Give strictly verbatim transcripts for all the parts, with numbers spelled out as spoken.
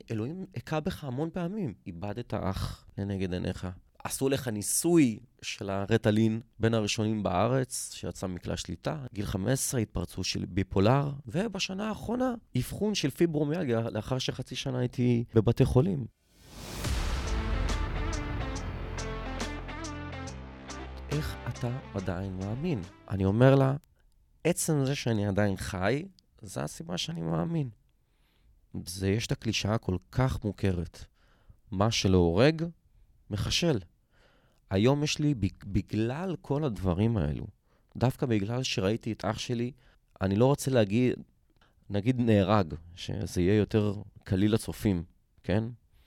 אלוהים הכה בך המון פעמים. איבדת אח לנגד עיניך. עשו לך ניסוי של הרטלין בין הראשונים בארץ, שיצא מכלל שליטה. גיל חמש עשרה התפרצות של ביפולר, ובשנה האחרונה אבחון של פיברומיאלגיה, לאחר שחצי שנה הייתי בבתי חולים. איך אתה עדיין מאמין? אני אומר לה, עצם זה שאני עדיין חי, זה הסיבה שאני מאמין. זה, יש את הקלישאה כל כך מוכרת. מה שלא הורג, מחשל. היום יש לי, בגלל כל הדברים האלו, דווקא בגלל שראיתי את אח שלי, אני לא רוצה להגיד, נגיד נהרג, שזה יהיה יותר קליל לצופים, כן?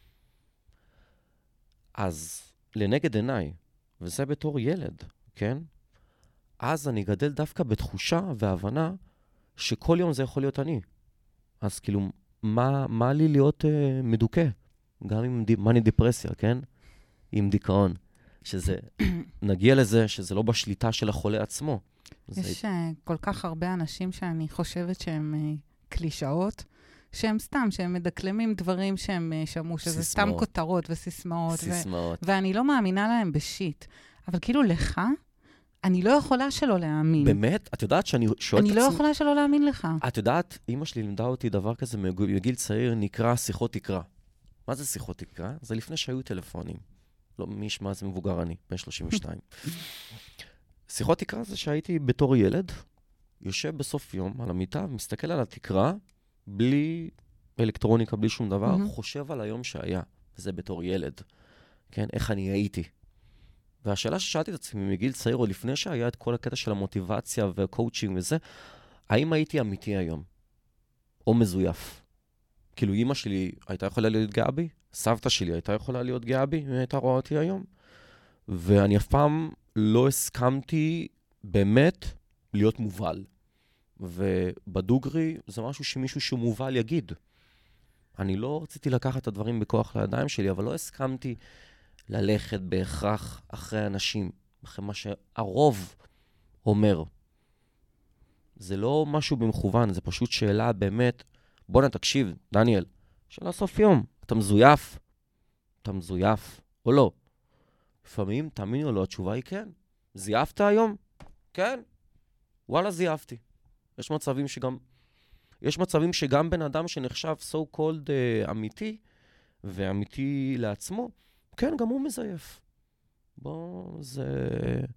אז לנגד עיניי, וזה בתור ילד, כן? אז אני גדל דווקא בתחושה והבנה שכל יום זה יכול להיות אני. אז כאילו, מה, מה לי להיות אה, מדוכא? גם עם מאני דיפרסיה, כן? עם דיכאון. שזה, נגיע לזה שזה לא בשליטה של החולה עצמו. יש זה... uh, כל כך הרבה אנשים שאני חושבת שהם uh, קלישאות, שהם סתם, שהם מדקלמים דברים שהם uh, שמעו, שזה סיסמאות. סתם כותרות וסיסמאות. סיסמאות. ו- ואני לא מאמינה להם בשיט. אבל כאילו לך, אני לא יכולה שלא להאמין. באמת? את יודעת שאני שואל את אני עצמי... לא יכולה שלא להאמין לך. את יודעת, אמא שלי לימדה אותי דבר כזה מגיל צעיר, נקרא שיחות תקרה. מה זה שיחות תקרה? זה לפני שהיו טלפונים. לא, מי ישמע, זה מבוגר אני, בן שלושים ושתיים. שיחות תקרה זה שהייתי בתור ילד, יושב בסוף יום על המיטה, מסתכל על התקרה, בלי אלקטרוניקה, בלי שום דבר, Mhm. חושב על היום שהיה, וזה בתור ילד. כן, איך אני הייתי. והשאלה ששאלתי את עצמי מגיל צעיר, או לפני שהיה את כל הקטע של המוטיבציה והקואוצ'ינג וזה, האם הייתי אמיתי היום? או מזויף? כאילו, אמא שלי הייתה יכולה להיות גאה בי? סבתא שלי הייתה יכולה להיות גאה בי? היא הייתה רואה אותי היום? ואני אף פעם לא הסכמתי באמת להיות מובל. ובדוגרי זה משהו שמישהו שהוא מובל יגיד. אני לא רציתי לקחת את הדברים בכוח לידיים שלי, אבל לא הסכמתי ללכת בהכרח אחרי אנשים, אחרי מה שהרוב אומר. זה לא משהו במכוון, זה פשוט שאלה באמת, בוא נתקשיב, דניאל, שאלה סוף יום, אתה מזויף? אתה מזויף או לא? לפעמים, תאמיני או לא, התשובה היא כן. זייפת היום? כן. וואלה, זייפתי. יש מצבים שגם, יש מצבים שגם בן אדם שנחשב so called uh, אמיתי, ואמיתי לעצמו, כן, גם הוא מזייף. בוא, זה...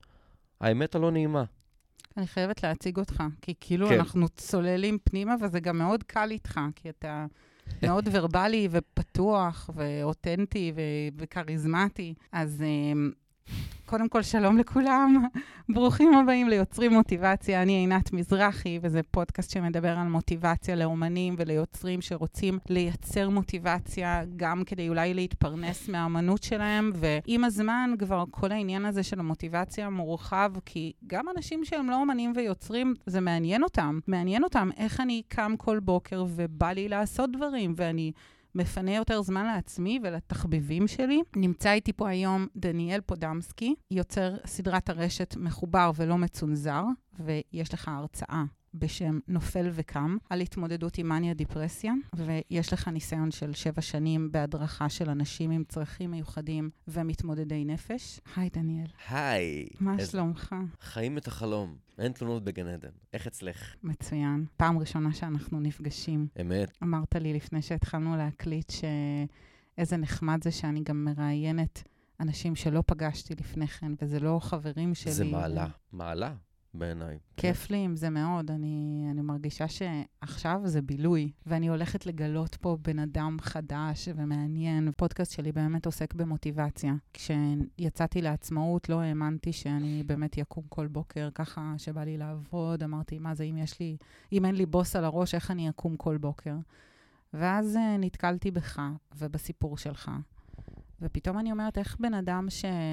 האמת הלא נעימה. אני חייבת להציג אותך, כי כאילו כן. אנחנו צוללים פנימה, וזה גם מאוד קל איתך, כי אתה מאוד ורבלי ופתוח ואותנטי ו- וכריזמטי. אז um, קודם כל, שלום לכולם. ברוכים הבאים ליוצרים מוטיבציה. אני עינת מזרחי, וזה פודקאסט שמדבר על מוטיבציה לאומנים וליוצרים שרוצים לייצר מוטיבציה, גם כדי אולי להתפרנס מהאמנות שלהם. ועם הזמן כבר כל העניין הזה של המוטיבציה מורחב, כי גם אנשים שהם לא אומנים ויוצרים, זה מעניין אותם. מעניין אותם איך אני קם כל בוקר ובא לי לעשות דברים, ואני... מפנה יותר זמן לעצמי ולתחביבים שלי. נמצא איתי פה היום דניאל פודמסקי, יוצר סדרת הרשת מחובר ולא מצונזר, ויש לך הרצאה בשם נופל וקם, על התמודדות עם מניה דיפרסיה, ויש לך ניסיון של שבע שנים בהדרכה של אנשים עם צרכים מיוחדים ומתמודדי נפש. היי דניאל. היי. מה איזה... שלומך? חיים את החלום. אין תלונות בגן עדן. איך אצלך? מצוין. פעם ראשונה שאנחנו נפגשים. אמת. אמרת לי לפני שהתחלנו להקליט שאיזה נחמד זה שאני גם מראיינת אנשים שלא פגשתי לפני כן, וזה לא חברים שלי. זה מעלה. ו... מעלה בעיניי. כיף לי עם זה מאוד. אני, אני מרגישה שעכשיו זה בילוי, ואני הולכת לגלות פה בן אדם חדש ומעניין. הפודקאסט שלי באמת עוסק במוטיבציה. כשיצאתי לעצמאות לא האמנתי שאני באמת יקום כל בוקר, ככה שבא לי לעבוד. אמרתי, מה זה, אם יש לי, אם אין לי בוס על הראש, איך אני יקום כל בוקר? ואז uh, נתקלתי בך ובסיפור שלך. ופתאום אני אומרת, איך בן אדם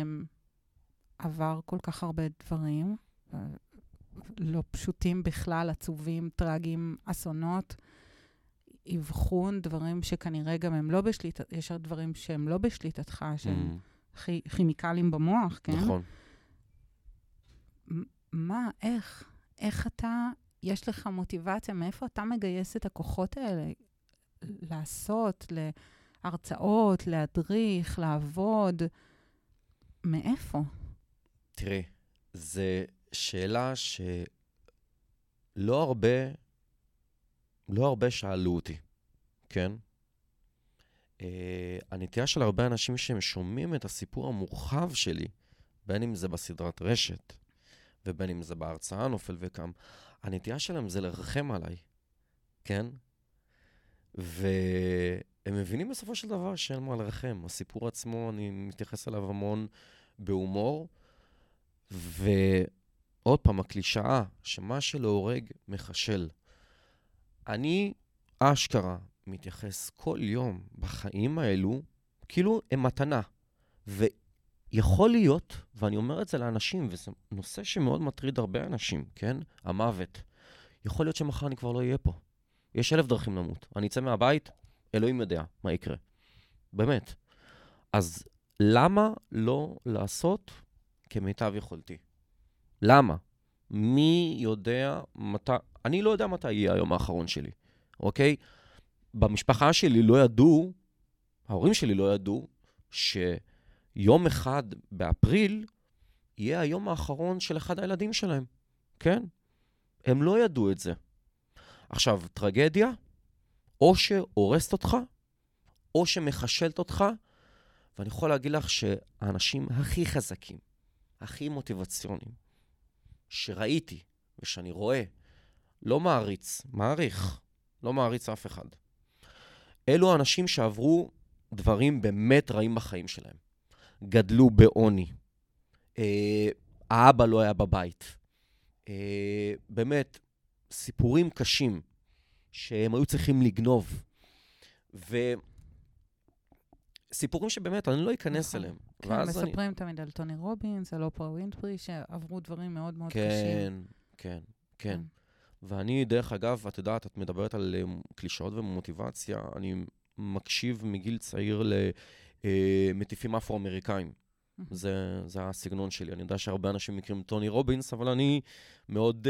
שעבר כל כך הרבה דברים, לא פשוטים בכלל, עצובים, טרגיים, אסונות, אבחון, דברים שכנראה גם הם לא בשליטת, יש דברים שהם לא בשליטתך, שהם mm. כי, כימיקלים במוח, כן? נכון. מה, איך? איך אתה, יש לך מוטיבציה, מאיפה אתה מגייס את הכוחות האלה? לעשות, להרצאות, להדריך, לעבוד. מאיפה? תראי, זו שאלה שלא הרבה, לא הרבה שאלו אותי, כן? Uh, הנטייה של הרבה אנשים שהם שומעים את הסיפור המורחב שלי, בין אם זה בסדרת רשת, ובין אם זה בהרצאה נופל וקם, הנטייה שלהם זה לרחם עליי, כן? והם מבינים בסופו של דבר שאין מה לרחם. הסיפור עצמו, אני מתייחס אליו המון בהומור, ועוד פעם, הקלישאה, שמה שלא הורג מחשל. אני אשכרה מתייחס כל יום בחיים האלו, כאילו הם מתנה. ויכול להיות, ואני אומר את זה לאנשים, וזה נושא שמאוד מטריד הרבה אנשים, כן? המוות. יכול להיות שמחר אני כבר לא אהיה פה. יש אלף דרכים למות. אני אצא מהבית, אלוהים יודע מה יקרה. באמת. אז למה לא לעשות כמיטב יכולתי? למה? מי יודע מתי... אני לא יודע מתי יהיה היום האחרון שלי, אוקיי? במשפחה שלי לא ידעו, ההורים שלי לא ידעו, שיום אחד באפריל יהיה היום האחרון של אחד הילדים שלהם, כן? הם לא ידעו את זה. עכשיו, טרגדיה, או שהורסת אותך, או שמחשלת אותך, ואני יכול להגיד לך שהאנשים הכי חזקים, הכי מוטיבציוניים, שראיתי ושאני רואה, לא מעריץ, מעריך, לא מעריץ אף אחד. אלו האנשים שעברו דברים באמת רעים בחיים שלהם. גדלו בעוני. אה, האבא לא היה בבית. אה, באמת, סיפורים קשים שהם היו צריכים לגנוב. וסיפורים שבאמת אני לא אכנס נכון. אליהם. כן, מספרים אני... תמיד על טוני רובינס, על אופרה ווינפרי, שעברו דברים מאוד מאוד כן, קשים. כן, כן, כן. ואני, דרך אגב, את יודעת, את מדברת על קלישאות ומוטיבציה, אני מקשיב מגיל צעיר למטיפים אפרו-אמריקאים. זה, זה הסגנון שלי. אני יודע שהרבה אנשים מכירים טוני רובינס, אבל אני מאוד,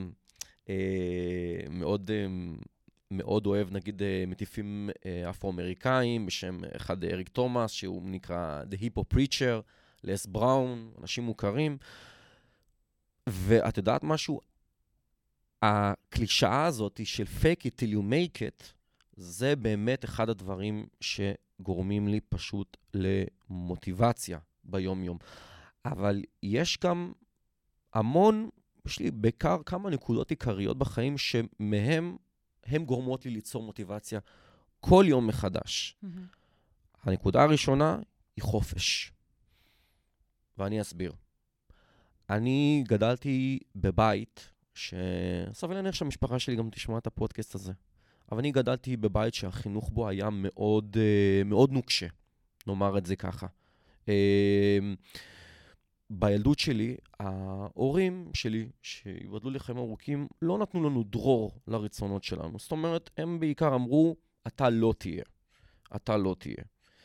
מאוד, מאוד אוהב, נגיד, מטיפים אפרו-אמריקאים, בשם אחד אריק תומאס, שהוא נקרא The Hippo Preacher, לס בראון, אנשים מוכרים. ואת יודעת משהו? הקלישאה הזאת של fake it till you make it, זה באמת אחד הדברים שגורמים לי פשוט למוטיבציה ביום יום. אבל יש גם המון, יש לי בעיקר כמה נקודות עיקריות בחיים שמהם, הם גורמות לי ליצור מוטיבציה כל יום מחדש. Mm-hmm. הנקודה הראשונה היא חופש. ואני אסביר. אני גדלתי בבית, שסביר להניח שהמשפחה שלי גם תשמע את הפודקאסט הזה. אבל אני גדלתי בבית שהחינוך בו היה מאוד, מאוד נוקשה, נאמר את זה ככה. בילדות שלי, ההורים שלי, שיבדלו לחיים ארוכים, לא נתנו לנו דרור לרצונות שלנו. זאת אומרת, הם בעיקר אמרו, אתה לא תהיה. אתה לא תהיה.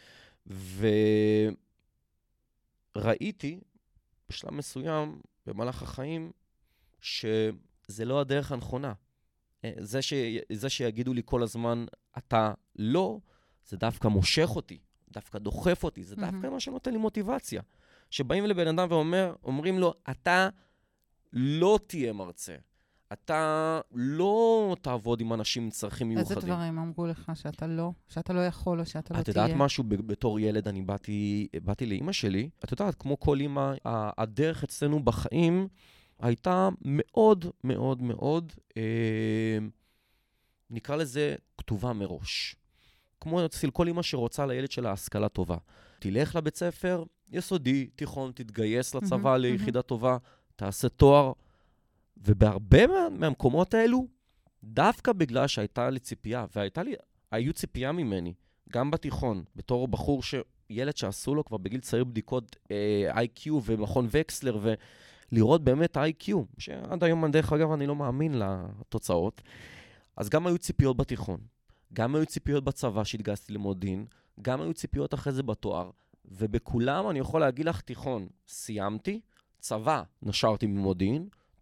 וראיתי, בשלב מסוים, במהלך החיים, שזה לא הדרך הנכונה. זה, ש... זה שיגידו לי כל הזמן, אתה לא, זה דווקא מושך אותי, דווקא דוחף אותי, זה דווקא מה שנותן לי מוטיבציה. שבאים לבן אדם ואומרים לו, אתה לא תהיה מרצה. אתה לא תעבוד עם אנשים עם צרכים מיוחדים. איזה דברים אמרו לך שאתה לא, שאתה לא יכול או שאתה לא תהיה? את יודעת משהו, בתור ילד אני באתי, באתי לאמא שלי, את יודעת, כמו כל אמא, הדרך אצלנו בחיים הייתה מאוד מאוד מאוד, אה, נקרא לזה כתובה מראש. כמו אצל כל אמא שרוצה לילד שלה השכלה טובה. תלך לבית ספר, יסודי, תיכון, תתגייס לצבא mm-hmm, ליחידה mm-hmm. טובה, תעשה תואר, ובהרבה מה, מהמקומות האלו, דווקא בגלל שהייתה לי ציפייה, והייתה לי, היו ציפייה ממני, גם בתיכון, בתור בחור שילד שעשו לו כבר בגיל צעיר בדיקות אה, איי קיו ומכון וקסלר, ולראות באמת איי קיו, שעד היום, דרך אגב, אני לא מאמין לתוצאות, אז גם היו ציפיות בתיכון, גם היו ציפיות בצבא שהתגייסתי למודיעין, גם היו ציפיות אחרי זה בתואר, ובכולם אני יכול להגיד לך תיכון, סיימתי, צבא, נשרתי ממודיעין,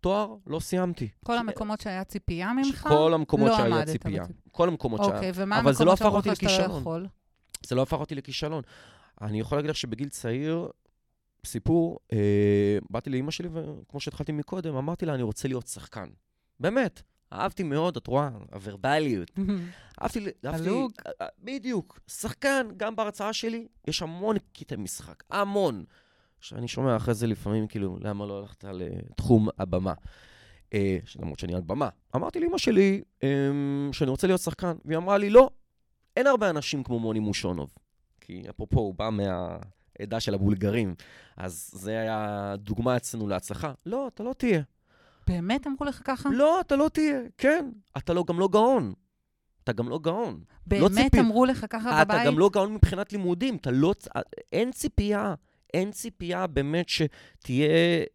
תואר, לא סיימתי. כל המקומות שהיה ציפייה ממך? כל המקומות שהיה ציפייה. כל המקומות שהיה. אוקיי, ומה המקומות שאמרו לך שאתה לא יכול? זה לא הפך אותי לכישלון. אני יכול להגיד לך שבגיל צעיר, סיפור, אה, באתי לאמא שלי, וכמו שהתחלתי מקודם, אמרתי לה, אני רוצה להיות שחקן. באמת. אהבתי מאוד, את רואה, הוורבליות. אהבתי, אהבתי, בדיוק. שחקן, גם בהרצאה שלי, יש המון קטעי משחק. המון. שאני שומע אחרי זה לפעמים, כאילו, למה לא הלכת לתחום הבמה? אה, למרות שאני על במה. אמרתי לאמא שלי, אה, שאני רוצה להיות שחקן, והיא אמרה לי, לא, אין הרבה אנשים כמו מוני מושונוב. כי אפרופו, הוא בא מהעדה של הבולגרים, אז זה היה דוגמה אצלנו להצלחה. לא, אתה לא תהיה. באמת אמרו לך ככה? לא, אתה לא תהיה, כן. אתה לא, גם לא גאון. אתה גם לא גאון. באמת לא אמרו לך ככה אתה בבית? אתה גם לא גאון מבחינת לימודים. אתה לא... אין ציפייה. אין ציפייה באמת שתהיה...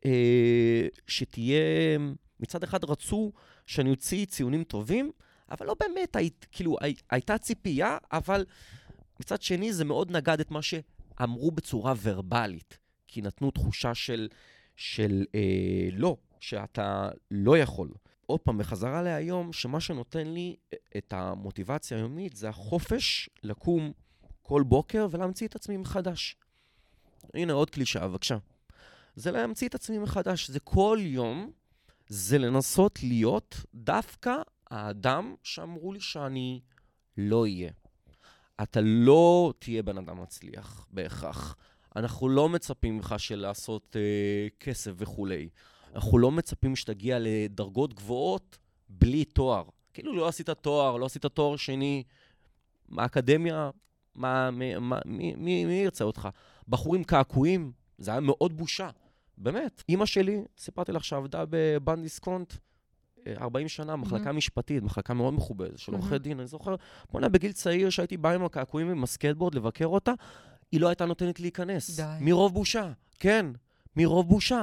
אה, שתהיה... מצד אחד רצו שאני אוציא ציונים טובים, אבל לא באמת, היית, כאילו, הי, הייתה ציפייה, אבל מצד שני זה מאוד נגד את מה שאמרו בצורה ורבלית, כי נתנו תחושה של, של אה, לא, שאתה לא יכול. עוד פעם, בחזרה להיום, שמה שנותן לי את המוטיבציה היומית, זה החופש לקום כל בוקר ולהמציא את עצמי מחדש. הנה עוד קלישה, בבקשה. זה להמציא את עצמי מחדש, זה כל יום, זה לנסות להיות דווקא האדם שאמרו לי שאני לא אהיה. אתה לא תהיה בן אדם מצליח בהכרח. אנחנו לא מצפים לך של לעשות אה, כסף וכולי. אנחנו לא מצפים שתגיע לדרגות גבוהות בלי תואר. כאילו לא עשית תואר, לא עשית תואר שני. מהאקדמיה, מה, מי, מה, מי, מי, מי ירצה אותך? בחורים קעקועים, זה היה מאוד בושה. באמת. אמא שלי, סיפרתי לך שעבדה בבנק דיסקונט ארבעים שנה, מחלקה משפטית, מחלקה מאוד מכובדת, של עורכי דין. אני זוכר, בונה בגיל צעיר שהייתי בא עם הקעקועים ועם הסקייטבורד לבקר אותה, היא לא הייתה נותנת להיכנס. די. מרוב בושה. כן, מרוב בושה.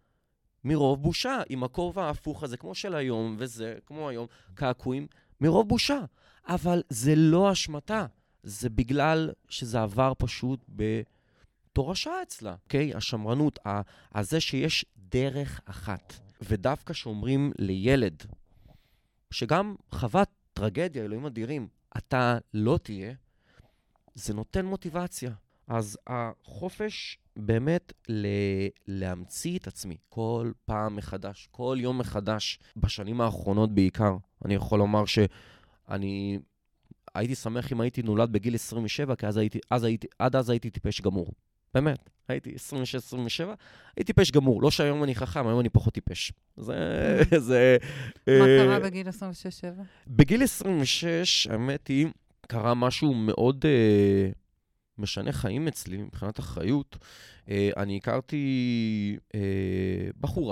מרוב בושה. עם הכובע ההפוך הזה, כמו של היום, וזה, כמו היום, קעקועים, מרוב בושה. אבל זה לא אשמתה. זה בגלל שזה עבר פשוט בתורשה אצלה. אוקיי? השמרנות, הזה שיש דרך אחת. ודווקא שאומרים לילד, שגם חוות טרגדיה, אלוהים אדירים, אתה לא תהיה, זה נותן מוטיבציה. אז החופש באמת ל- להמציא את עצמי כל פעם מחדש, כל יום מחדש, בשנים האחרונות בעיקר. אני יכול לומר שאני הייתי שמח אם הייתי נולד בגיל עשרים ושבע, כי אז הייתי, אז הייתי, עד אז הייתי טיפש גמור. באמת. הייתי עשרים ושש עשרים ושבע, הייתי טיפש גמור. לא שהיום אני חכם, היום אני פחות טיפש. זה... זה מה קרה בגיל עשרים ושש עשרים ושבע? בגיל עשרים ושש, האמת היא, קרה משהו מאוד uh, משנה חיים אצלי, מבחינת אחריות. Uh, אני הכרתי uh, בחורה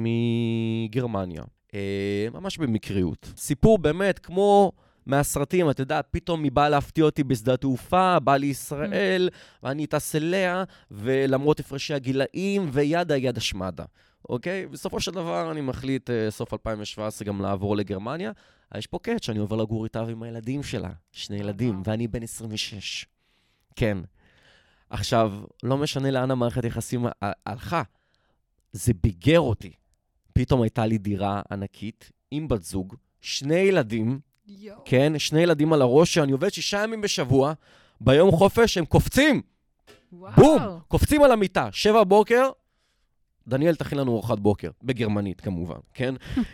מגרמניה, uh, ממש במקריות. סיפור באמת כמו... מהסרטים, אתה יודע, פתאום היא באה להפתיע אותי בשדה התעופה, באה לישראל, ואני טס אליה, ולמרות הפרשי הגילאים, וידה ידה שמדה. אוקיי? בסופו של דבר אני מחליט, סוף אלפיים שבע עשרה, גם לעבור לגרמניה. יש פה קטע שאני עובר לגור איתה עם הילדים שלה, שני ילדים, ואני בן עשרים ושש. כן. עכשיו, לא משנה לאן המערכת יחסים הלכה, זה ביגר אותי. פתאום הייתה לי דירה ענקית, עם בת זוג, שני ילדים, כן, שני ילדים על הראש, שאני עובד שישה ימים בשבוע, ביום חופש הם קופצים. וואו. בום, קופצים על המיטה. שבע בוקר, דניאל תכין לנו ארוחת בוקר, בגרמנית כמובן, כן?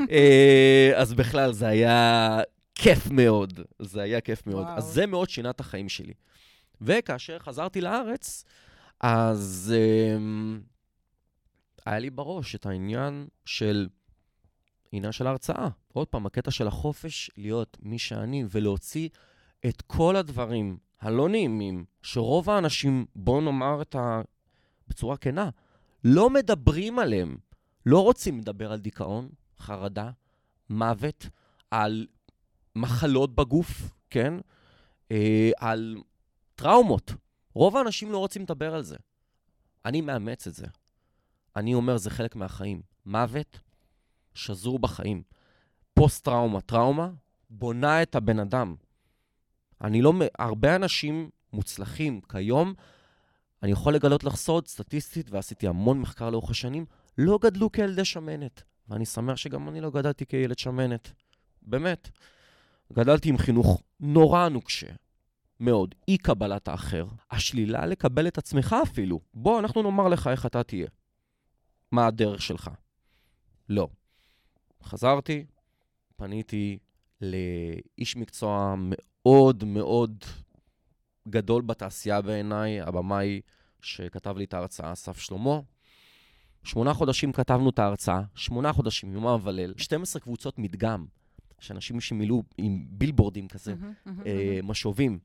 אז בכלל זה היה כיף מאוד, זה היה כיף מאוד. וואו. אז זה מאוד שינה את החיים שלי. וכאשר חזרתי לארץ, אז um, היה לי בראש את העניין של... עניין של ההרצאה. עוד פעם, הקטע של החופש להיות מי שאני ולהוציא את כל הדברים הלא נעימים, שרוב האנשים, בואו נאמר את ה... בצורה כנה, לא מדברים עליהם. לא רוצים לדבר על דיכאון, חרדה, מוות, על מחלות בגוף, כן? אה, על טראומות. רוב האנשים לא רוצים לדבר על זה. אני מאמץ את זה. אני אומר, זה חלק מהחיים. מוות, שזור בחיים. פוסט-טראומה, טראומה, בונה את הבן אדם. אני לא... הרבה אנשים מוצלחים כיום, אני יכול לגלות לך סוד סטטיסטית, ועשיתי המון מחקר לאורך השנים, לא גדלו כילדי שמנת. ואני שמח שגם אני לא גדלתי כילד שמנת. באמת. גדלתי עם חינוך נורא נוקשה. מאוד. אי קבלת האחר. השלילה לקבל את עצמך אפילו. בוא, אנחנו נאמר לך איך אתה תהיה. מה הדרך שלך? לא. חזרתי, פניתי לאיש מקצוע מאוד מאוד גדול בתעשייה בעיניי, הבמאי שכתב לי את ההרצאה, אסף שלמה. שמונה חודשים כתבנו את ההרצאה, שמונה חודשים, יומם וליל, שתים עשרה קבוצות מדגם, שאנשים שמילאו עם בילבורדים כזה, אה, משובים.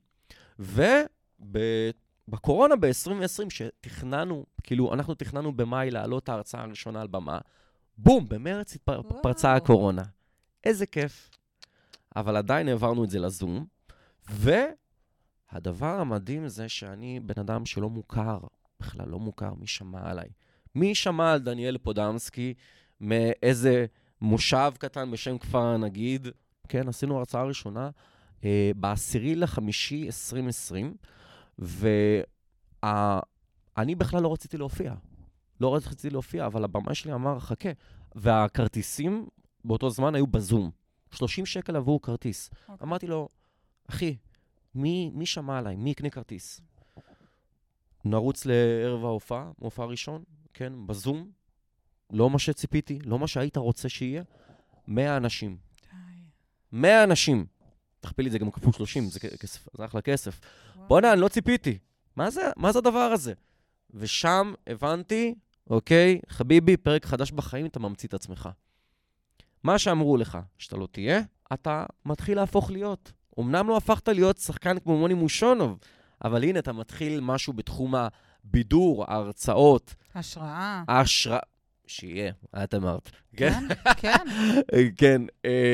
ובקורונה ב-עשרים עשרים, שתכננו, כאילו, אנחנו תכננו במאי לעלות את ההרצאה הראשונה על במה, בום, במרץ התפרצה הקורונה. איזה כיף. אבל עדיין העברנו את זה לזום, והדבר המדהים זה שאני בן אדם שלא מוכר, בכלל לא מוכר, מי שמע עליי. מי שמע על דניאל פודמסקי מאיזה מושב קטן בשם כפר נגיד? כן, עשינו הרצאה ראשונה אה, בעשירי לחמישי עשרים עשרים, ואני בכלל לא רציתי להופיע. לא רציתי להופיע, אבל הבמה שלי אמר, חכה. והכרטיסים באותו זמן היו בזום. שלושים שקל עבור כרטיס. Okay. אמרתי לו, אחי, מי, מי שמע עליי? מי יקנה כרטיס? נרוץ לערב ההופעה, מופע ראשון, כן, בזום. לא מה שציפיתי, לא מה שהיית רוצה שיהיה. מאה אנשים. מאה אנשים. תכפיל את זה גם כפול שלושים, זה כסף, זה אחלה כסף. Wow. בוא'נה, אני לא ציפיתי. מה זה, מה זה הדבר הזה? ושם הבנתי, אוקיי, חביבי, פרק חדש בחיים, אתה ממציא את עצמך. מה שאמרו לך, שאתה לא תהיה, אתה מתחיל להפוך להיות. אמנם לא הפכת להיות שחקן כמו מוני מושונוב, אבל הנה, אתה מתחיל משהו בתחום הבידור, ההרצאות. השראה. ההשראה. שיהיה, את אמרת. כן, כן. כן.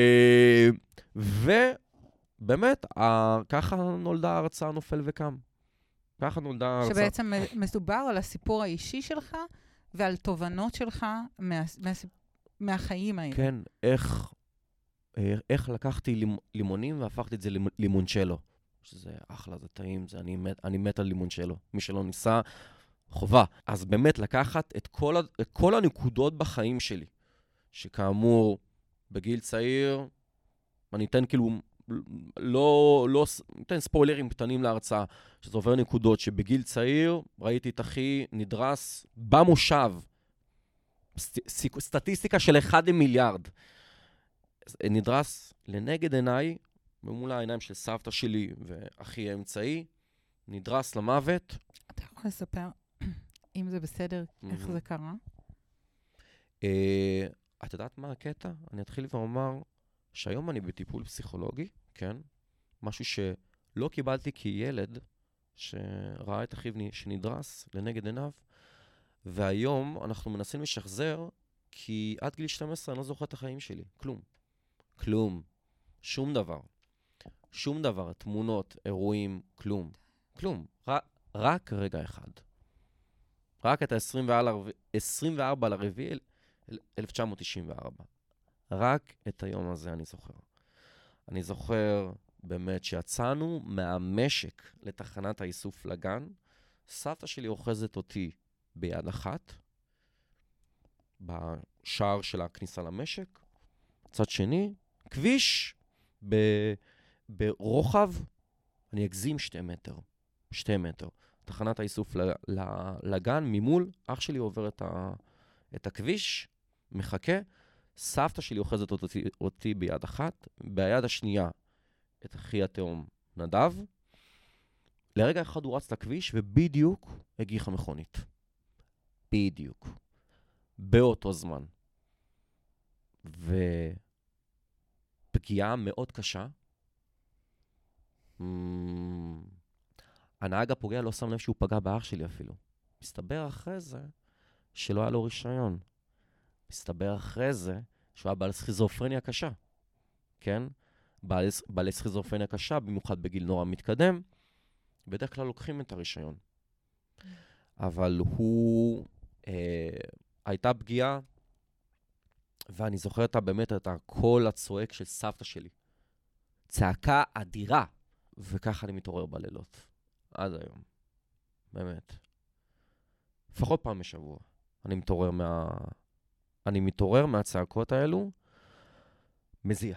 ובאמת, ככה נולדה ההרצאה נופל וקם. ככה נולדה ההרצאה. שבעצם מדובר על הסיפור האישי שלך, ועל תובנות שלך מה, מה, מהחיים האלה. כן, איך, איך לקחתי לימונים והפכתי את זה לימונצ'לו. שזה אחלה, זה טעים, זה, אני, מת, אני מת על לימונצ'לו. מי שלא ניסה, חובה. אז באמת לקחת את כל, את כל הנקודות בחיים שלי, שכאמור, בגיל צעיר, אני אתן כאילו, לא, לא, ניתן ספוילרים קטנים להרצאה, שזה עובר נקודות שבגיל צעיר ראיתי את אחי נדרס במושב, סט, סטטיסטיקה של אחד למיליארד. נדרס לנגד עיניי, ומול העיניים של סבתא שלי ואחי האמצעי, נדרס למוות. אתה יכול לספר, אם זה בסדר, איך זה קרה? את יודעת מה הקטע? אני אתחיל ואומר שהיום אני בטיפול פסיכולוגי, כן? משהו שלא קיבלתי כילד שראה את אחיו שנדרס לנגד עיניו, והיום אנחנו מנסים לשחזר, כי עד גיל שתים עשרה אני לא זוכר את החיים שלי. כלום. כלום. שום דבר. שום דבר. תמונות, אירועים, כלום. כלום. רק, רק רגע אחד. רק את ה-עשרים וארבעה לרביעי אלף תשע מאות תשעים וארבע. רק את היום הזה אני זוכר. אני זוכר באמת שיצאנו מהמשק לתחנת האיסוף לגן, סבתא שלי אוחזת אותי ביד אחת, בשער של הכניסה למשק, צד שני, כביש ב, ברוחב, אני אגזים שתי מטר, שתי מטר. תחנת האיסוף לגן, ממול, אח שלי עובר את, ה, את הכביש, מחכה, סבתא שלי אוחזת אותי, אותי ביד אחת, ביד השנייה את אחי התאום נדב, לרגע אחד הוא רץ לכביש, ובדיוק הגיחה מכונית. בדיוק. באותו זמן. ופגיעה מאוד קשה. הנהג הפוגע לא שם לב שהוא פגע באח שלי אפילו. מסתבר אחרי זה שלא היה לו רישיון. מסתבר אחרי זה שהוא היה בעל סכיזופרניה קשה. כן? בעל, בעל סכיזופרניה קשה, במיוחד בגיל נורא מתקדם. בדרך כלל לוקחים את הרישיון. אבל הוא... אה, הייתה פגיעה, ואני זוכר את באמת את הקול הצועק של סבתא שלי. צעקה אדירה. וככה אני מתעורר בלילות. עד היום. באמת. לפחות פעם בשבוע. אני מתעורר מה... אני מתעורר מהצעקות האלו, מזיע.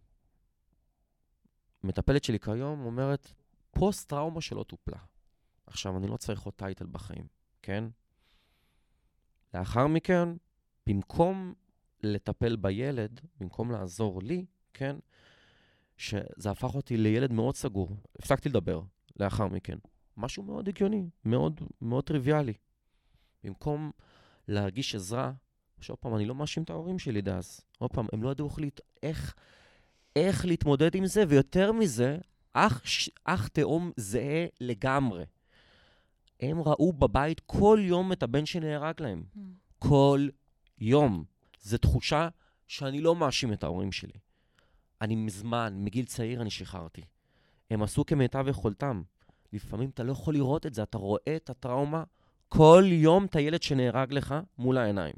מטפלת שלי כיום אומרת, פוסט-טראומה שלא טופלה. עכשיו, אני לא צריך עוד טייטל בחיים, כן? לאחר מכן, במקום לטפל בילד, במקום לעזור לי, כן? שזה הפך אותי לילד מאוד סגור. הפסקתי לדבר לאחר מכן. משהו מאוד הגיוני, מאוד, מאוד טריוויאלי. במקום להרגיש עזרה, שעוד פעם, אני לא מאשים את ההורים שלי דאז. עוד פעם, הם לא ידעו איך, איך, איך להתמודד עם זה, ויותר מזה, אח, אח תאום זהה לגמרי. הם ראו בבית כל יום את הבן שנהרג להם. Mm. כל יום. זו תחושה שאני לא מאשים את ההורים שלי. אני מזמן, מגיל צעיר אני שחררתי. הם עשו כמיטב יכולתם. לפעמים אתה לא יכול לראות את זה, אתה רואה את הטראומה כל יום את הילד שנהרג לך מול העיניים.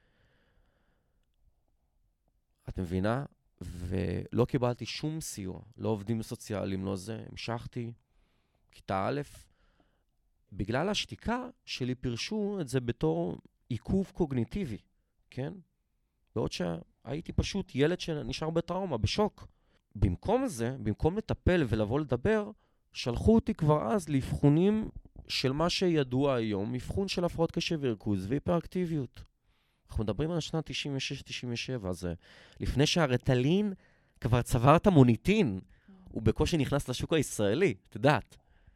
את מבינה? ולא קיבלתי שום סיוע, לא עובדים סוציאליים, לא זה. המשכתי, כיתה א', בגלל השתיקה שלי פירשו את זה בתור עיכוב קוגניטיבי, כן? בעוד שהייתי פשוט ילד שנשאר בטראומה, בשוק. במקום זה, במקום לטפל ולבוא לדבר, שלחו אותי כבר אז לאבחונים של מה שידוע היום, אבחון של הפרעות קשב וריכוז והיפראקטיביות. אנחנו מדברים על שנת תשעים ושש תשעים ושבע, אז לפני שהרטלין כבר צבר את המוניטין, הוא בקושי נכנס לשוק הישראלי, את יודעת.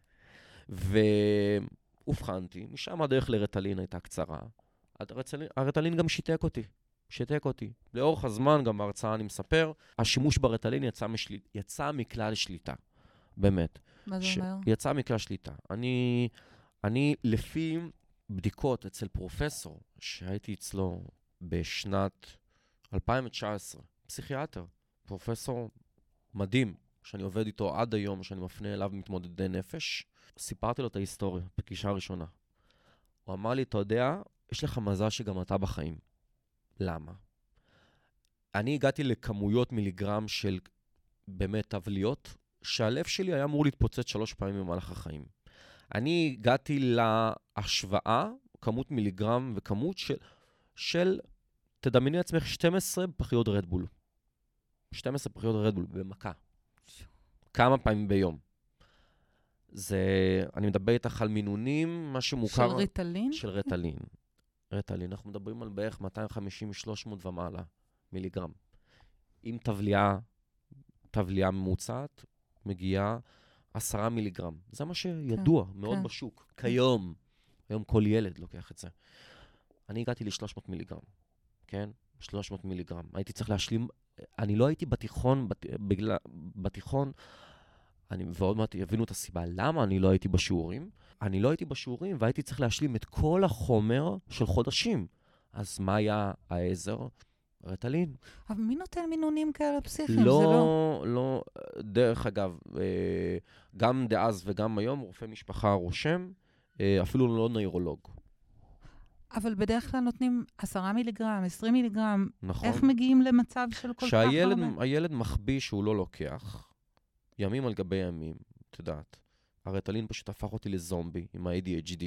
והובחנתי, משם הדרך לרטלין הייתה קצרה. הרטלין גם שיתק אותי, שיתק אותי. לאורך הזמן, גם בהרצאה אני מספר, השימוש ברטלין יצא, משל... יצא מכלל שליטה, באמת. מה זה ש... אומר? יצא מכלל שליטה. אני, אני לפי בדיקות אצל פרופסור, שהייתי אצלו בשנת אלפיים תשע עשרה, פסיכיאטר, פרופסור מדהים, שאני עובד איתו עד היום, שאני מפנה אליו מתמודדי נפש, סיפרתי לו את ההיסטוריה, פגישה הראשונה. הוא אמר לי, אתה יודע, יש לך מזל שגם אתה בחיים. למה? אני הגעתי לכמויות מיליגרם של באמת תבליות, שהלב שלי היה אמור להתפוצץ שלוש פעמים במהלך החיים. אני הגעתי להשוואה, כמות מיליגרם וכמות של, של תדמייני לעצמך שתים עשרה פחיות רדבול. שתים עשרה פחיות רדבול במכה. כמה פעמים ביום. זה, אני מדבר איתך על מינונים, מה שמוכר... של ריטלין? של ריטלין. ריטלין, אנחנו מדברים על בערך מאתיים וחמישים שלוש מאות ומעלה מיליגרם. עם תבליעה, תבליעה ממוצעת, מגיעה עשרה מיליגרם. זה מה שידוע, כן, מאוד כן. בשוק. כיום, היום כל ילד לוקח את זה. אני הגעתי ל-שלוש מאות מיליגרם, כן? שלוש מאות מיליגרם. הייתי צריך להשלים, אני לא הייתי בתיכון, בת, בגלל, בתיכון, אני, ועוד מעט יבינו את הסיבה, למה אני לא הייתי בשיעורים? אני לא הייתי בשיעורים, והייתי צריך להשלים את כל החומר של חודשים. אז מה היה העזר? רטלין. אבל מי נותן מינונים כאלה פסיכיים? לא, זה לא... לא, דרך אגב, גם דאז וגם היום, רופא משפחה רושם, אפילו לא נוירולוג. אבל בדרך כלל נותנים עשרה מיליגרם, עשרים מיליגרם. נכון. איך מגיעים למצב של כל כך הרבה? שהילד מחביא שהוא לא לוקח, ימים על גבי ימים, את יודעת. הרטלין פשוט הפך אותי לזומבי עם ה-איי די אייץ' די.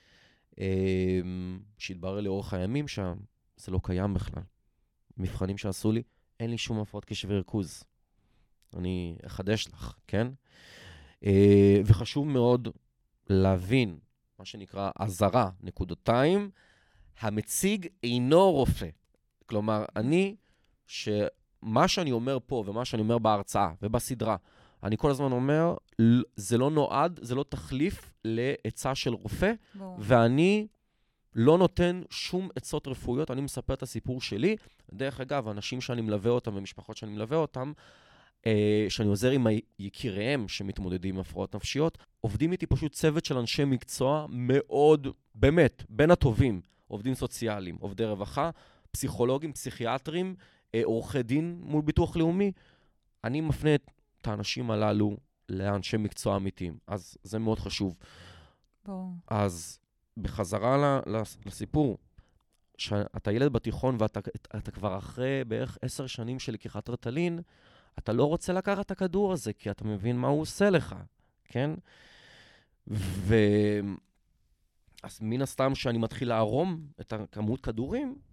שהתברר לאורך הימים שם, זה לא קיים בכלל. מבחנים שעשו לי, אין לי שום הפרעות קשב וריכוז. אני אחדש לך, כן? וחשוב מאוד להבין, מה שנקרא עזרה, נקודותיים, המציג אינו רופא. כלומר, אני, שמה שאני אומר פה ומה שאני אומר בהרצאה ובסדרה, אני כל הזמן אומר, זה לא נועד, זה לא תחליף לעצה של רופא, בוא. ואני לא נותן שום עצות רפואיות, אני מספר את הסיפור שלי. דרך אגב, אנשים שאני מלווה אותם ומשפחות שאני מלווה אותם, אה, שאני עוזר עם יקיריהם שמתמודדים עם הפרעות נפשיות, עובדים איתי פשוט צוות של אנשי מקצוע מאוד, באמת, בין הטובים, עובדים סוציאליים, עובדי רווחה, פסיכולוגים, פסיכיאטרים, אה, עורכי דין מול ביטוח לאומי. אני מפנה את את האנשים הללו לאנשי מקצוע אמיתיים. אז זה מאוד חשוב. בוא. אז בחזרה לסיפור, שאתה ילד בתיכון ואתה אתה כבר אחרי בערך עשר שנים של לקיחת רטלין, אתה לא רוצה לקחת את הכדור הזה, כי אתה מבין מה הוא עושה לך, כן? ו... אז מן הסתם שאני מתחיל להרום את הכמות כדורים,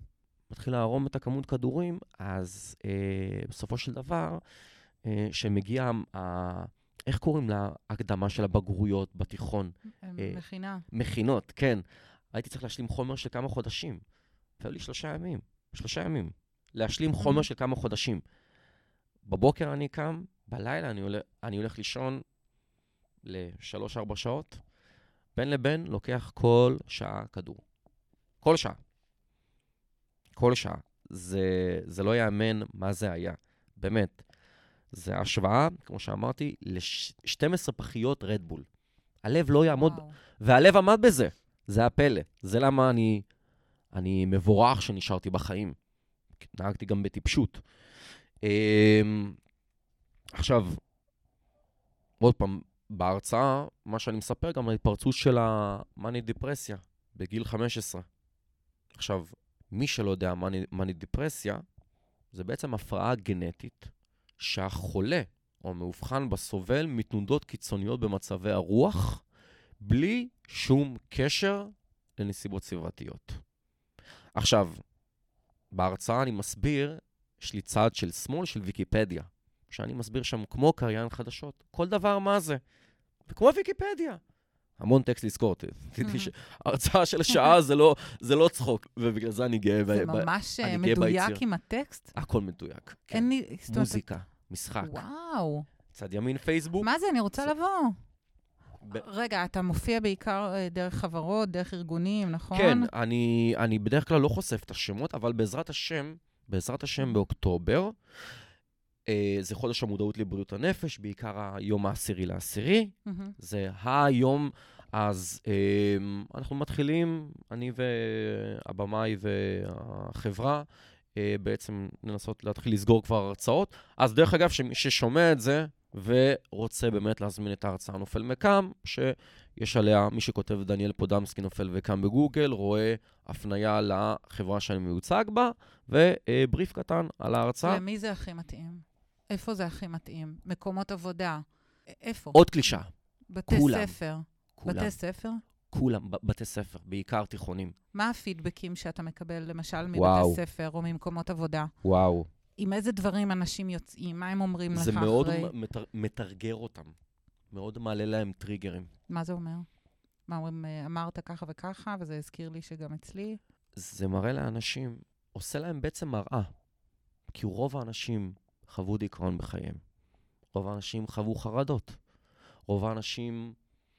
מתחיל להרום את הכמות כדורים, אז אה, בסופו של דבר, אה, שמגיע, אה, איך קוראים להקדמה של הבגרויות בתיכון? אה, מכינה. מכינות, כן. הייתי צריך להשלים חומר של כמה חודשים. והיו לי שלושה ימים, שלושה ימים. להשלים חומר של כמה חודשים. בבוקר אני קם, בלילה אני הולך, אני הולך לישון לשלוש, ארבע שעות. בין לבין לוקח כל שעה כדור. כל שעה. כל שעה. זה, זה לא יאמן מה זה היה. באמת. זה השוואה, כמו שאמרתי, ל-שתים עשרה פחיות רדבול. הלב לא יעמוד, וואו. והלב עמד בזה. זה הפלא. זה למה אני, אני מבורך שנשארתי בחיים. נהגתי גם בטיפשות. עכשיו, עוד פעם, בהרצאה, מה שאני מספר גם על ההתפרצות של המאנית דיפרסיה, בגיל חמש עשרה. עכשיו, מי שלא יודע מאנית דיפרסיה, זה בעצם הפרעה גנטית, שהחולה או המאובחן בסובל מתנודות קיצוניות במצבי הרוח, בלי שום קשר לנסיבות סביבתיות. עכשיו, בהרצאה אני מסביר, יש לי צד של שמאל של ויקיפדיה, שאני מסביר שם כמו קריין חדשות. כל דבר מה זה. וכמו ויקיפדיה. המון טקסט לזכור. תדעי שההרצאה של השעה זה לא, זה לא צחוק, ובגלל זה אני גאה ביצירה. זה ממש מדויק עם הטקסט? הכל מדויק. כן. מוזיקה, משחק. וואו. צד ימין פייסבוק. מה זה? אני רוצה לבוא. רגע, אתה מופיע בעיקר דרך חברות, דרך ארגונים, נכון? כן, אני, אני בדרך כלל לא חושף את השמות, אבל בעזרת השם, בעזרת השם באוקטובר, זה חודש המודעות לבריאות הנפש, בעיקר היום העשירי לעשירי. זה היום, אז אנחנו מתחילים, אני והבמאי והחברה, בעצם לנסות להתחיל לסגור כבר הרצאות. אז דרך אגב, שמי ששומע את זה ורוצה באמת להזמין את ההרצאה נופל מקם, שיש עליה, מי שכותב דניאל פודמסקי נופל וקם בגוגל, רואה הפנייה לחברה שאני מיוצג בה, ובריף קטן על ההרצאה. למי זה הכי מתאים? איפה זה הכי מתאים? מקומות עבודה? איפה? עוד קלישה. בתי כולם. ספר. כולם. בתי ספר? כולם, בתי ספר, בעיקר תיכונים. מה הפידבקים שאתה מקבל, למשל, מבתי וואו. ספר או ממקומות עבודה? וואו. עם איזה דברים אנשים יוצאים? מה הם אומרים לך אחרי? זה מאוד מתר... מתרגר אותם. מאוד מעלה להם טריגרים. מה זה אומר? מה אומרים, אמרת ככה וככה, וזה הזכיר לי שגם אצלי? זה מראה לאנשים, עושה להם בעצם מראה. כי רוב האנשים חוו דיכאון בחייהם. רוב האנשים חוו חרדות. רוב האנשים,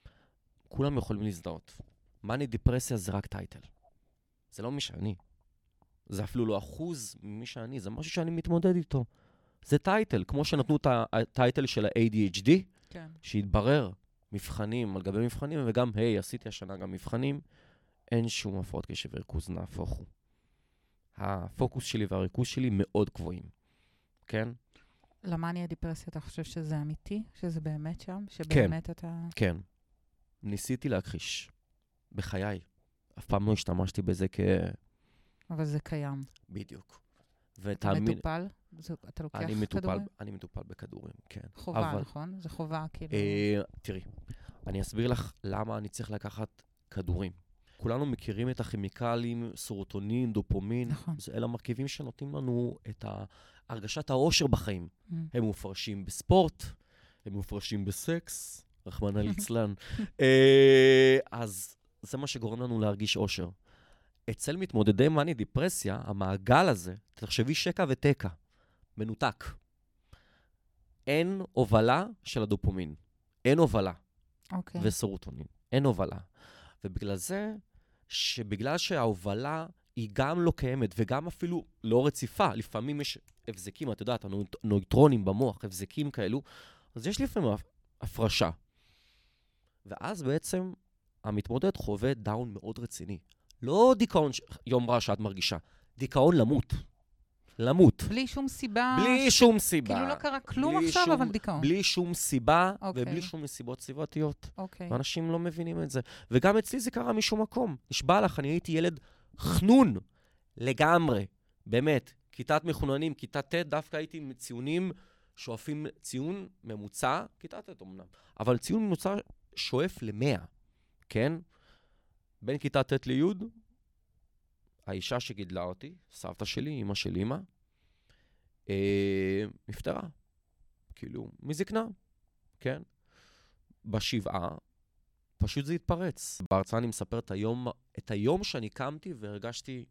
כולם יכולים להזדהות. מאני דיפרסיה זה רק טייטל. זה לא מי שאני. זה אפילו לא אחוז ממי שאני, זה משהו שאני מתמודד איתו. זה טייטל, כמו שנתנו את הטייטל של ה-איי די אייץ' די, כן. שהתברר מבחנים על גבי מבחנים, וגם, היי, עשיתי השנה גם מבחנים, אין שום הפרעות קשב וריכוז, נהפוך הוא. הפוקוס שלי והריכוז שלי מאוד גבוהים. כן? למאניה דיפרסיה, אתה חושב שזה אמיתי? שזה באמת שם? שבאמת כן, אתה... כן. ניסיתי להכחיש. בחיי. אף פעם לא השתמשתי בזה כ... אבל זה קיים. בדיוק. אתה מטופל? אתה לוקח אני מטופל, כדורים? אני מטופל בכדורים, כן. חובה, אבל, נכון? זה חובה, כאילו... אה, תראי, אני אסביר לך למה אני צריך לקחת כדורים. כולנו מכירים את הכימיקלים, סרוטונין, דופומין. נכון. זה אלה המרכיבים שנותנים לנו את הרגשת האושר בחיים. Mm. הם מופרשים בספורט, הם מופרשים בסקס, רחמנא ליצלן. אה, אז זה מה שגורם לנו להרגיש אושר. אצל מתמודדי מאניה דיפרסיה, המעגל הזה, תחשבי שקע ותקע, מנותק. אין הובלה של הדופומין. אין הובלה. אוקיי. וסרוטונין. אין הובלה. ובגלל זה, שבגלל שההובלה היא גם לא קיימת, וגם אפילו לא רציפה, לפעמים יש הבזקים, אתה יודעת, נויטרונים במוח, הבזקים כאלו, אז יש לפעמים הפרשה. ואז בעצם המתמודד חווה דאון מאוד רציני. לא דיכאון יום רע שאת מרגישה, דיכאון למות. למות. בלי שום סיבה. בלי שום סיבה. כאילו לא קרה כלום עכשיו, שום, אבל דיכאון. בלי שום סיבה, okay. ובלי שום נסיבות סביבתיות. Okay. ואנשים לא מבינים את זה. וגם אצלי זה קרה משום מקום. נשבע לך, אני הייתי ילד חנון לגמרי. באמת. כיתת מחוננים, כיתת ת', דווקא הייתי עם ציונים שואפים ציון ממוצע, כיתת ת' אומנם, אבל ציון ממוצע שואף למאה, כן? בין כיתת ת' ליוד, האישה שגידלה אותי, סבתא שלי, אמא של אמא, אה, נפטרה. כאילו, מזקנה, כן? בשבעה, פשוט זה התפרץ. בהרצאה אני מספר את היום, את היום שאני קמתי והרגשתי,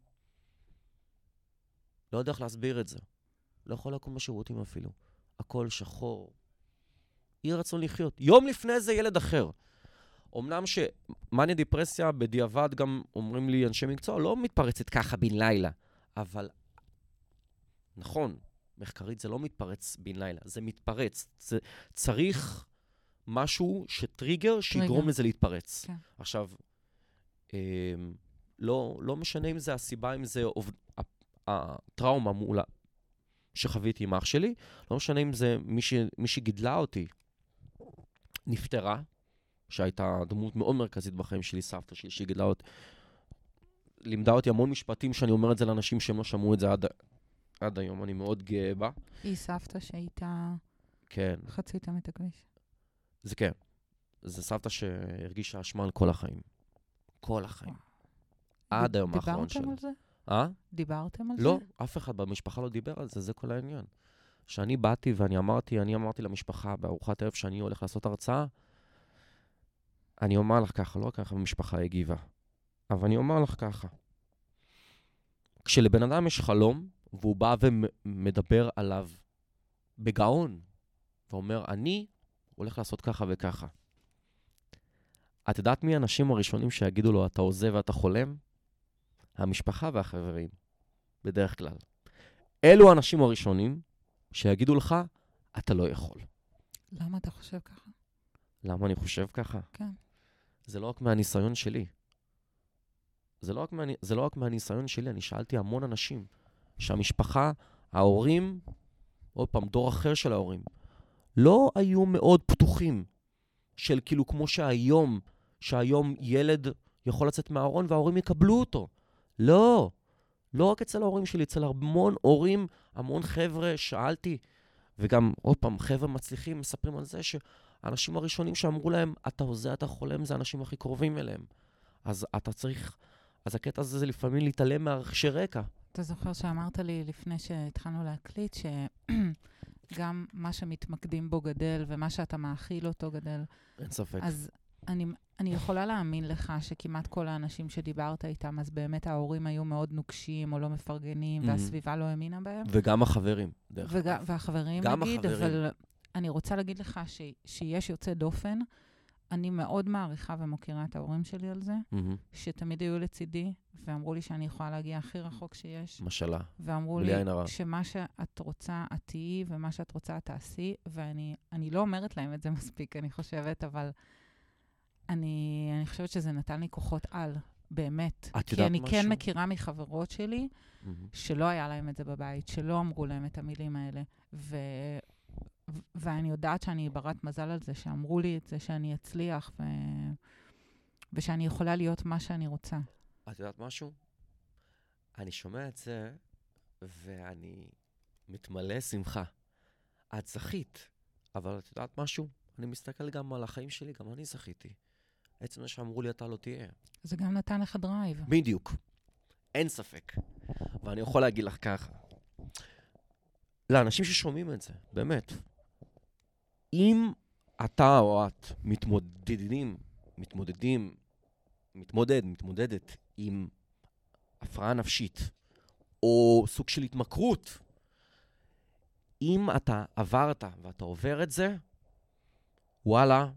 לא יודע איך להסביר את זה. לא יכול לקום בשירותים אפילו. הכל שחור. אי רצון לחיות. יום לפני זה ילד אחר. אמנם שמאניה דיפרסיה בדיעבד גם אומרים לי אנשי מקצוע, לא מתפרצת ככה בן לילה. אבל נכון, מחקרית זה לא מתפרץ בן לילה. זה מתפרץ. זה צריך משהו שטריגר שיגרום לזה להתפרץ. כן. עכשיו, אה, לא, לא משנה אם זה הסיבה, אם זה עובד, הטראומה מולה שחוויתי עם אח שלי, לא משנה אם זה מי, ש, מי שגידלה אותי נפטרה, שהייתה דמות מאוד מרכזית בחיים שלי, סבתא שלי, שגידלה אותי, לימדה אותי המון משפטים שאני אומר את זה לאנשים שהם לא שמעו את זה עד, עד היום, אני מאוד גאה בה. היא סבתא שהייתה כן. חצית את הכביש. זה כן. זה סבתא שהרגישה אשמה על כל החיים. כל החיים. עד היום האחרון שלה. דיברתם על זה? אה? דיברתם על זה? לא, אף אחד במשפחה לא דיבר על זה, זה כל העניין. שאני באתי ואני אמרתי, אני אמרתי למשפחה בארוחת ערב שאני הולך לעשות הרצאה, אני אומר לך ככה, לא ככה המשפחה הגיבה, אבל אני אומר לך ככה. כשלבן אדם יש חלום, והוא בא ומדבר עליו בגאון, ואומר, אני הולך לעשות ככה וככה. את יודעת מי האנשים הראשונים שיגידו לו, אתה עוזב ואתה חולם? המשפחה והחברים, בדרך כלל. אלו האנשים הראשונים שיגידו לך, אתה לא יכול. למה אתה חושב ככה? למה אני חושב ככה? כן. זה לא רק מהניסיון שלי. זה לא רק, מה, זה לא רק מהניסיון שלי, אני שאלתי המון אנשים, שהמשפחה, ההורים, עוד פעם, דור אחר של ההורים, לא היו מאוד פתוחים, של כאילו כמו שהיום, שהיום ילד יכול לצאת מהארון וההורים יקבלו אותו. לא, לא רק אצל ההורים שלי, אצל המון הורים, המון חבר'ה, שאלתי, וגם עוד פעם, חבר'ה מצליחים, מספרים על זה שהאנשים הראשונים שאמרו להם, אתה הוזה, אתה חולם, זה האנשים הכי קרובים אליהם. אז אתה צריך, אז הקטע הזה זה לפעמים להתעלם מהרחשי רקע. אתה זוכר שאמרת לי לפני שהתחלנו להקליט, שגם מה שמתמקדים בו גדל, ומה שאתה מאכיל אותו גדל. אין ספק. אז אני, אני יכולה להאמין לך שכמעט כל האנשים שדיברת איתם, אז באמת ההורים היו מאוד נוקשים או לא מפרגנים, mm-hmm. והסביבה לא האמינה בהם. וגם החברים, דרך וג, והחברים, גם נגיד, החברים. אבל אני רוצה להגיד לך ש, שיש יוצא דופן. אני מאוד מעריכה ומוכירה את ההורים שלי על זה, mm-hmm. שתמיד היו לצידי, ואמרו לי שאני יכולה להגיע הכי רחוק שיש. משלה. ואמרו לי שמה שאת רוצה, את תהיי, ומה שאת רוצה, את תעשי, ואני אני לא אומרת להם את זה מספיק, אני חושבת, אבל אני, אני חושבת שזה נתן לי כוחות על, באמת. כי אני משהו? כן מכירה מחברות שלי, mm-hmm. שלא היה להם את זה בבית, שלא אמרו להם את המילים האלה, ו... ואני יודעת שאני ברת מזל על זה, שאמרו לי את זה, שאני אצליח, ו... ושאני יכולה להיות מה שאני רוצה. את יודעת משהו? אני שומע את זה, ואני מתמלא שמחה. את זכית, אבל את יודעת משהו? אני מסתכל גם על החיים שלי, גם אני זכיתי. עצם שאמרו לי, אתה לא תהיה. זה גם נתן לך דרייב. בדיוק. אין ספק. ואני יכול להגיד לך ככה. לאנשים ששומעים את זה, באמת, אם אתה או את מתמודדים, מתמודדים, מתמודד, מתמודדת עם הפרעה נפשית, או סוג של התמכרות, אם אתה עברת ואתה עובר את זה, וואלה,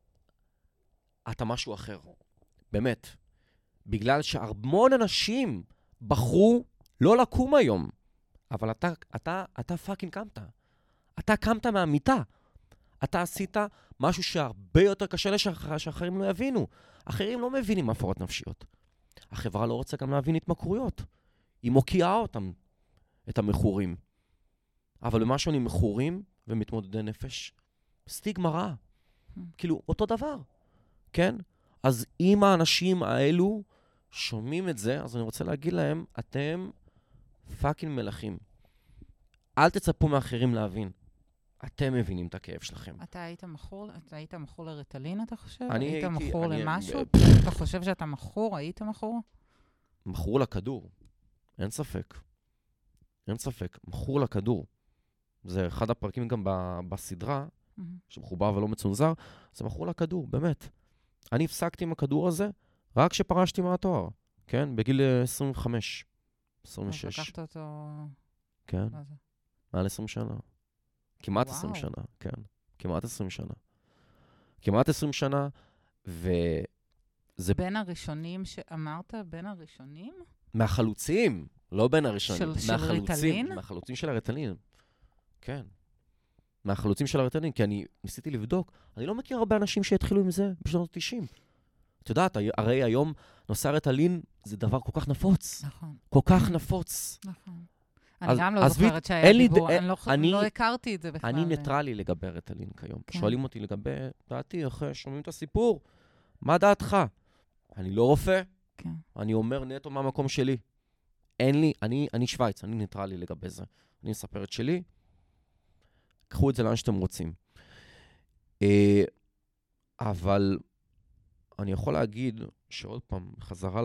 אתה משהו אחר. באמת. בגלל שהרמון אנשים בחרו לא לקום היום. אבל אתה, אתה, אתה פאקינג קמת. אתה קמת מהמיטה. אתה עשית משהו שהרבה יותר קשה לשחרר, שאחרים לא יבינו. אחרים לא מבינים הפרעות נפשיות. החברה לא רוצה גם להבין התמכרויות. היא מוקיעה אותם, את המכורים. אבל במה שאני מכורים ומתמודדי נפש, סטיגמה רע. כאילו, אותו דבר. כן? אז אם האנשים האלו שומעים את זה, אז אני רוצה להגיד להם, אתם פאקינג מלכים. אל תצפו מאחרים להבין. אתם מבינים את הכאב שלכם. אתה היית מכור, אתה היית מכור לריטלין, אתה חושב? אני היית הייתי... מכור אני... למשהו? אתה חושב שאתה מכור? היית מכור? מכור לכדור. אין ספק. אין ספק. מכור לכדור. זה אחד הפרקים גם ב- בסדרה, mm-hmm. שמחובר ולא מצונזר, זה מכור לכדור, באמת. אני הפסקתי עם הכדור הזה רק כשפרשתי מהתואר, כן? בגיל עשרים וחמש, עשרים ושש. אז לקחת אותו... כן. מעל עשרים שנה. כמעט וואו. עשרים שנה, כן. כמעט עשרים שנה. כמעט עשרים שנה, וזה... בין הראשונים שאמרת, בין הראשונים? מהחלוצים, לא בין הראשונים. של, של ריטלין? מהחלוצים של הריטלין. כן. מהחלוצים של הריטלין, כי אני ניסיתי לבדוק, אני לא מכיר הרבה אנשים שהתחילו עם זה בשנות ה-תשעים. את יודעת, הרי היום נושא הריטלין זה דבר כל כך נפוץ. נכון. כל כך נפוץ. נכון. אני גם לא זוכרת שהיה דיבור, אני לא הכרתי את זה בכלל. אני ניטרלי לגבי ריטלין כיום. שואלים אותי לגבי דעתי, אחרי שומעים את הסיפור, מה דעתך? אני לא רופא, אני אומר נטו מהמקום שלי. אין לי, אני שוויץ, אני ניטרלי לגבי זה. אני אספר את שלי, קחו את זה לאן שאתם רוצים. אבל אני יכול להגיד שעוד פעם, חזרה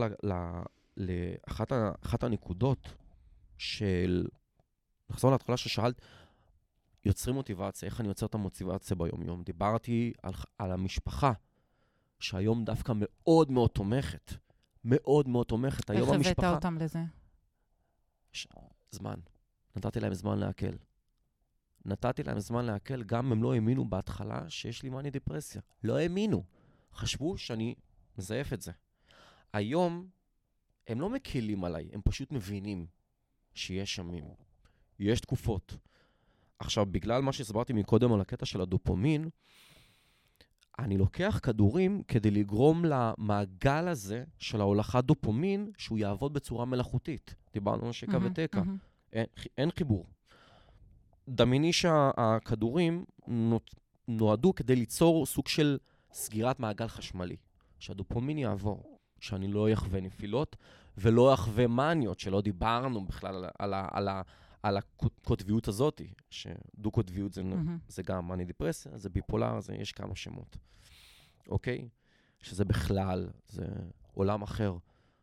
לאחת הנקודות של, נחזור להתחלה ששאלת, יוצרים מוטיבציה, איך אני יוצר את המוטיבציה ביום-יום. דיברתי על, על המשפחה, שהיום דווקא מאוד מאוד תומכת. מאוד מאוד תומכת. איך הבאת אותם לזה? ש... זמן. נתתי להם זמן להקל. נתתי להם זמן להקל, גם הם לא האמינו בהתחלה שיש לי מאניה דיפרסיה. לא האמינו. חשבו שאני מזייף את זה. היום הם לא מקלים עליי, הם פשוט מבינים שיש שמים. יש תקופות. עכשיו, בגלל מה שהסברתי מקודם על הקטע של הדופומין, אני לוקח כדורים כדי לגרום למעגל הזה של ההולכת דופומין שהוא יעבוד בצורה מלאכותית. דיברנו על שקע ותקע. אין, אין חיבור. דמייני שהכדורים נועדו כדי ליצור סוג של סגירת מעגל חשמלי. שהדופומין יעבור, שאני לא יחווה נפילות, ולא יחווה מניות, שלא דיברנו בכלל על, על, על, על, על הקוטביות הזאת, שדו-קוטביות זה, mm-hmm. זה גם מאניה דיפרסיה, זה ביפולר, זה, יש כמה שמות. אוקיי? שזה בכלל, זה עולם אחר.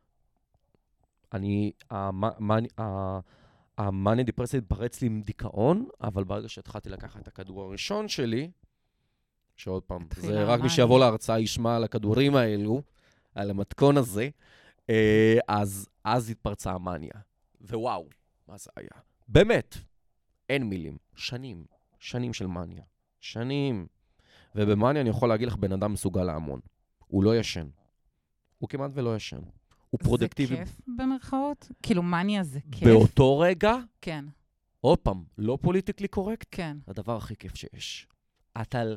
אני, המאניה דיפרסיה התפרץ לי עם דיכאון, אבל ברגע שהתחלתי לקחת את הכדור הראשון שלי, שעוד פעם, זה רק מי שיבוא להרצאה ישמע על הכדורים האלו, על המתכון הזה, אז, אז התפרצה המאניה. ווואו, מה זה היה? באמת, אין מילים. שנים, שנים של מאניה. שנים. ובמאניה אני יכול להגיד לך, בן אדם מסוגל להמון. הוא לא ישן. הוא כמעט ולא ישן. הוא פרודקטיבי. זה כיף במרכאות? כאילו מאניה זה כיף? באותו רגע? כן. עוד פעם, לא פוליטיקלי קורקט? כן. הדבר הכי כיף שיש. את על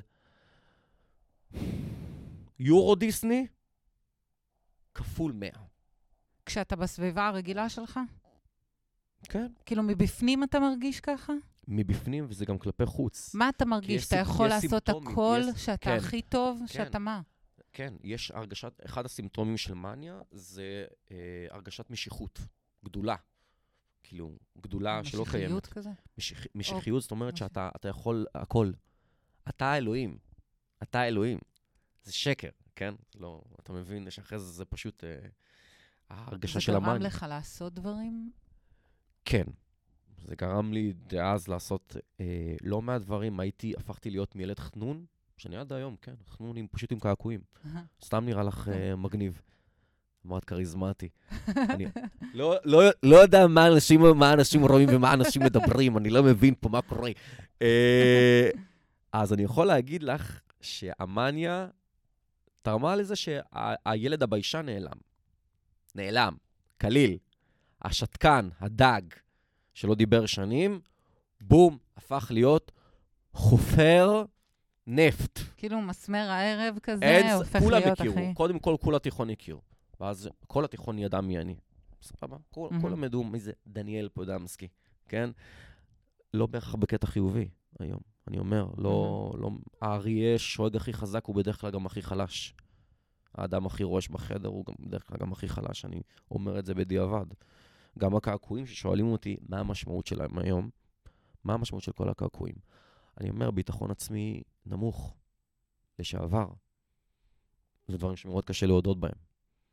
יורו דיסני, כפול מאה. כשאתה בסביבה הרגילה שלך? כן. כאילו מבפנים אתה מרגיש ככה? מבפנים, וזה גם כלפי חוץ. מה אתה מרגיש? אתה יכול לעשות הכל שאתה הכי טוב, שאתה מה? כן, יש הרגשת, אחד הסימפטומים של מאניה, זה הרגשת משיכות, גדולה. כאילו, גדולה שלא קיימת. משיכיות כזה? משיכיות, זאת אומרת שאתה יכול הכל. אתה האלוהים. אתה האלוהים. זה שקר, כן? לא, אתה מבין, שאחרי זה זה פשוט ההרגשה של המאניה. זה גרם לך לעשות דברים? כן. זה גרם לי דאז לעשות אה, לא מעט דברים. הייתי, הפכתי להיות מילד חנון, שאני עד היום, כן, חנון עם, פשוט עם קעקועים. סתם נראה לך אה, מגניב. אמרת קריזמטי. אני לא, לא, לא יודע מה אנשים, מה אנשים רואים ומה אנשים מדברים, אני לא מבין פה מה קורה. אה, אז אני יכול להגיד לך שהמאניה תרמה לזה שהילד הביישן נעלם. נעלם, כליל. השתקן, הדג, שלא דיבר שנים, בום, הפך להיות חופר נפט. כאילו מסמר הערב כזה, הופך להיות הכי. הכירו, קודם כל כל התיכון הכיר. ואז כל התיכון ידע מי אני. סבבה? כל, mm-hmm. כל המדעו מי זה דניאל פודמסקי, כן? לא בהכרח בקטע חיובי היום. אני אומר, לא, mm-hmm. לא, האריה שואג הכי חזק הוא בדרך כלל גם הכי חלש. האדם הכי ראש בחדר הוא גם בדרך כלל גם הכי חלש, אני אומר את זה בדיעבד. גם הקעקועים ששואלים אותי מה המשמעות שלהם היום, מה המשמעות של כל הקעקועים. אני אומר, ביטחון עצמי נמוך, לשעבר. זה דברים שמאוד קשה להודות בהם.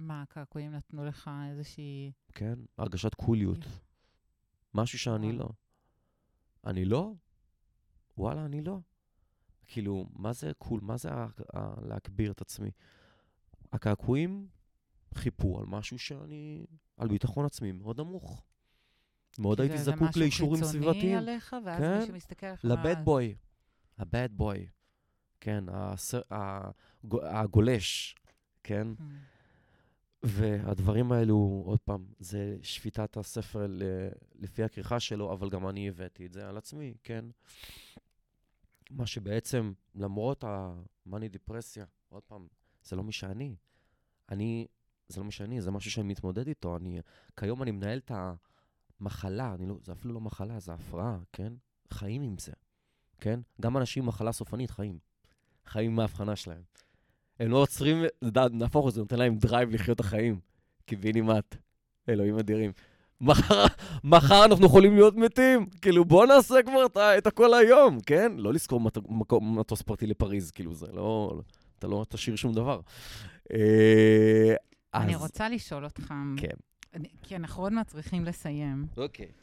מה, הקעקועים נתנו לך איזושהי... כן, הרגשת קוליות. משהו שאני לא. אני לא? וואלה, אני לא. כאילו, מה זה קול? מה זה להגביר את עצמי? הקעקועים חיפו על משהו שאני... על ביטחון עצמי מאוד נמוך. מאוד הייתי זקוק לאישורים סביבתיים. זה משהו חיצוני עליך, ואז כן, מישהו מסתכל לך... לבד בוי. הבד בוי. כן, הגולש. כן. והדברים האלו, עוד פעם, זה שפיטת הספר לפי הכריכה שלו, אבל גם אני הבאתי את זה על עצמי, כן. מה שבעצם, למרות המאני דיפרסיה, עוד פעם, זה לא מי שאני. אני, זה לא מי שאני, זה משהו שאני מתמודד איתו. אני, כיום אני מנהל את המחלה, אני לא, זה אפילו לא מחלה, זה הפרעה, כן? חיים עם זה, כן? גם אנשים עם מחלה סופנית חיים. חיים מההבחנה שלהם. הם לא עוצרים, נהפוך את זה, נותן להם דרייב לחיות החיים. קיבינימט, אלוהים אדירים. מחר, מחר אנחנו יכולים להיות מתים. כאילו, בוא נעשה כבר את, את הכל היום, כן? לא לזכור מט, מטוס פרטי לפריז, כאילו, זה לא, אתה לא תשאיר שום דבר. אני אז... רוצה לשאול אותך, כן. כי אנחנו עוד מעט צריכים לסיים. אוקיי.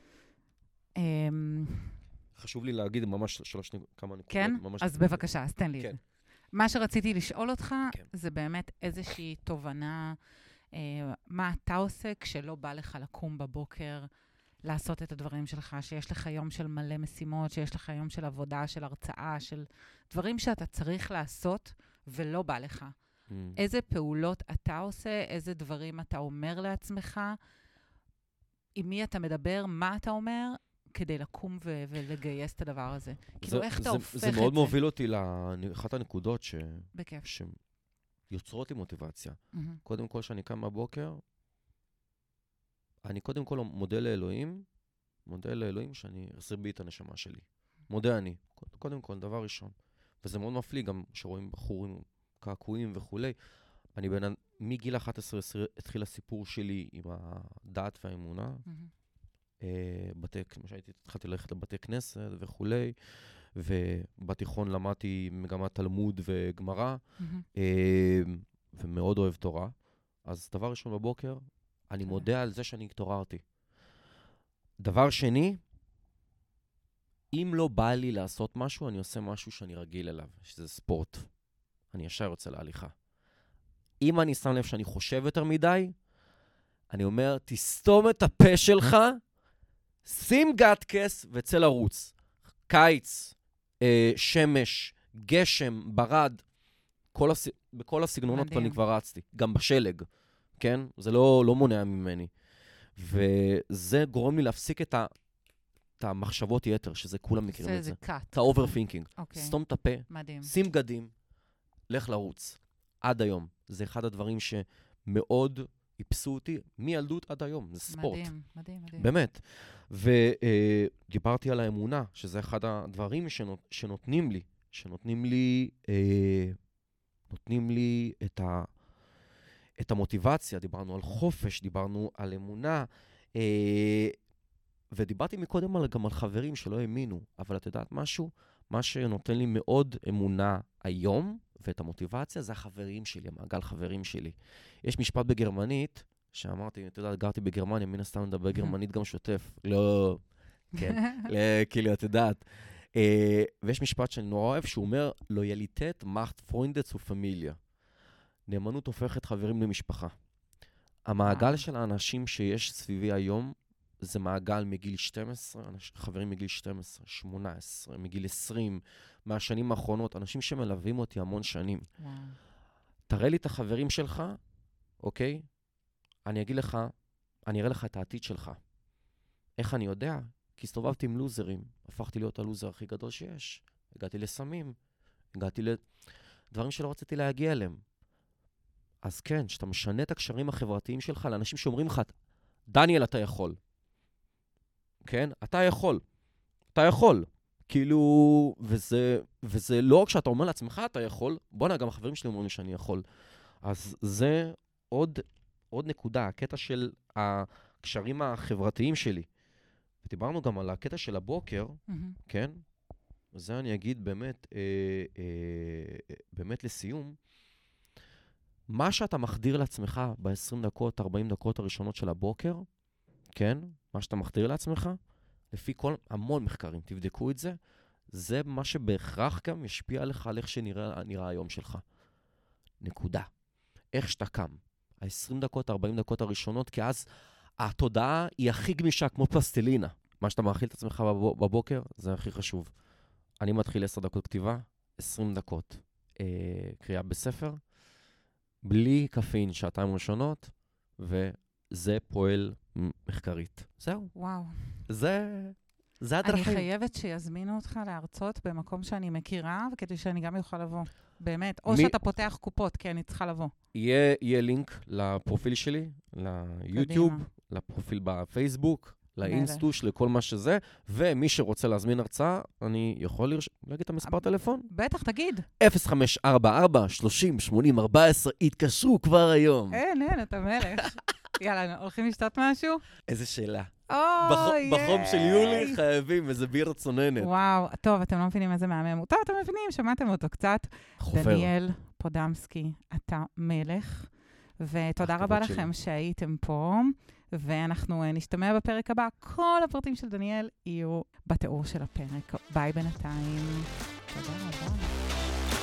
חשוב לי להגיד ממש שלוש כמה נקודות. כן? ממש אז נקודות. בבקשה, אז תן לי כן. את זה. מה שרציתי לשאול אותך, כן. זה באמת איזושהי תובנה, אה, מה אתה עושה כשלא בא לך לקום בבוקר, לעשות את הדברים שלך, שיש לך יום של מלא משימות, שיש לך יום של עבודה, של הרצאה, של דברים שאתה צריך לעשות ולא בא לך. Mm. איזה פעולות אתה עושה, איזה דברים אתה אומר לעצמך, עם מי אתה מדבר, מה אתה אומר, כדי לקום ו- ולגייס את הדבר הזה. כאילו, איך אתה הופך את זה? זה מאוד מוביל אותי לאחת הנקודות ש... בכיף. שיוצרות לי מוטיבציה. קודם כל, שאני קם בבוקר, אני קודם כל מודה לאלוהים, מודה לאלוהים שאני אחזיר בי את הנשמה שלי. מודה אני. קודם כל, דבר ראשון. וזה מאוד מפליא גם שרואים בחורים קעקועים וכולי. אני בין... מגיל אחת עשרה התחיל הסיפור שלי עם הדת והאמונה. בתי, כמו שהייתי, התחלתי ללכת לבתי כנסת וכולי, ובתיכון למדתי מגמת תלמוד וגמרא, ומאוד אוהב תורה. אז דבר ראשון בבוקר, אני מודה על זה שאני התעוררתי. דבר שני, אם לא בא לי לעשות משהו, אני עושה משהו שאני רגיל אליו, שזה ספורט. אני ישר יוצא להליכה. אם אני שם לב שאני חושב יותר מדי, אני אומר, תסתום את הפה שלך, שים גטקס וצא לרוץ. קיץ, אה, שמש, גשם, ברד, כל הס... בכל הסגנונות אני כבר רצתי. גם בשלג, כן? זה לא, לא מונע ממני. וזה גורם לי להפסיק את, ה... את המחשבות יתר, שזה כולם מכירים את זה. את ה-overthinking. Okay. סתום את הפה, מדהים. שים גדים, לך לרוץ. עד היום. זה אחד הדברים שמאוד איפסו אותי, מילדות עד היום. זה ספורט. מדהים, מדהים, מדהים. באמת. ודיברתי על האמונה, שזה אחד הדברים שנות, שנותנים לי, שנותנים לי, אה, נותנים לי את, ה, את המוטיבציה. דיברנו על חופש, דיברנו על אמונה, אה, ודיברתי מקודם על, גם על חברים שלא האמינו, אבל את יודעת משהו? מה שנותן לי מאוד אמונה היום, ואת המוטיבציה, זה החברים שלי, המעגל חברים שלי. יש משפט בגרמנית, שאמרתי, אתה יודע, גרתי בגרמניה, מן הסתם מדבר גרמנית גם שוטף. לא, כן, כאילו, את יודעת. ויש משפט שאני נורא אוהב, שהוא אומר, לויאליטט מאכט פרוינדס ופמיליה. נאמנות הופכת חברים למשפחה. המעגל של האנשים שיש סביבי היום, זה מעגל מגיל שתים עשרה, חברים מגיל שתים עשרה, שמונה עשרה, מגיל עשרים, מהשנים האחרונות, אנשים שמלווים אותי המון שנים. וואו. תראה לי את החברים שלך, אוקיי? אני אגיד לך, אני אראה לך את העתיד שלך. איך אני יודע? כי הסתובבתי עם לוזרים, הפכתי להיות הלוזר הכי גדול שיש. הגעתי לסמים, הגעתי לדברים שלא רציתי להגיע אליהם. אז כן, שאתה משנה את הקשרים החברתיים שלך לאנשים שאומרים לך, דניאל, אתה יכול. כן? אתה יכול. אתה יכול. כאילו, וזה, וזה לא רק שאתה אומר לעצמך, אתה יכול, בוא נע, גם החברים שלי אומרים שאני יכול. אז זה עוד, עוד נקודה, הקטע של הקשרים החברתיים שלי. ודיברנו גם על הקטע של הבוקר, mm-hmm. כן? זה אני אגיד באמת, אה, אה, באמת לסיום. מה שאתה מחדיר לעצמך ב-עשרים דקות, ארבעים דקות הראשונות של הבוקר, כן? מה שאתה מחדיר לעצמך, לפי כל, המון מחקרים, תבדקו את זה, זה מה שבהכרח גם ישפיע עליך על איך שנראה נראה היום שלך. נקודה. איך שאתה קם. ה-עשרים דקות, ארבעים דקות הראשונות, כי אז התודעה היא הכי גמישה, כמו פלסטלינה. מה שאתה מאכיל את עצמך בבוקר, זה הכי חשוב. אני מתחיל עשר דקות כתיבה, עשרים דקות אה, קריאה בספר, בלי קפאין, שעתיים ראשונות, וזה פועל מחקרית. זהו. וואו. זה, זה הדרכים. אני חייבת שיזמינו אותך להרצות במקום שאני מכירה, וכדי שאני גם יוכל לבוא. באמת. או מי... שאתה פותח קופות, כי אני צריכה לבוא. יהיה, יהיה לינק לפרופיל שלי, ליוטיוב, קדימה. לפרופיל בפייסבוק, לאינסטוש, לכל מה שזה, ומי שרוצה להזמין הרצאה, אני יכול לרש... להגיד את המספר טלפון? בטח, תגיד. אפס חמש ארבע ארבע שלושים שמונים ארבע עשרה, התקשרו כבר היום. אין, אין, אתה מלך. יאללה, הולכים לשתות משהו? איזה שאלה. אוי, בחום של יולי חייבים איזה בירה צוננת. וואו, טוב, אתם לא מבינים איזה מהמם. טוב, אתם מבינים, שמעתם אותו קצת. חופר. דניאל פודמסקי, אתה מלך, ותודה רבה לכם שהייתם פה. ואנחנו נשתמע בפרק הבא. כל הפרטים של דניאל יהיו בתיאור של הפרק. ביי בינתיים. תודה רבה.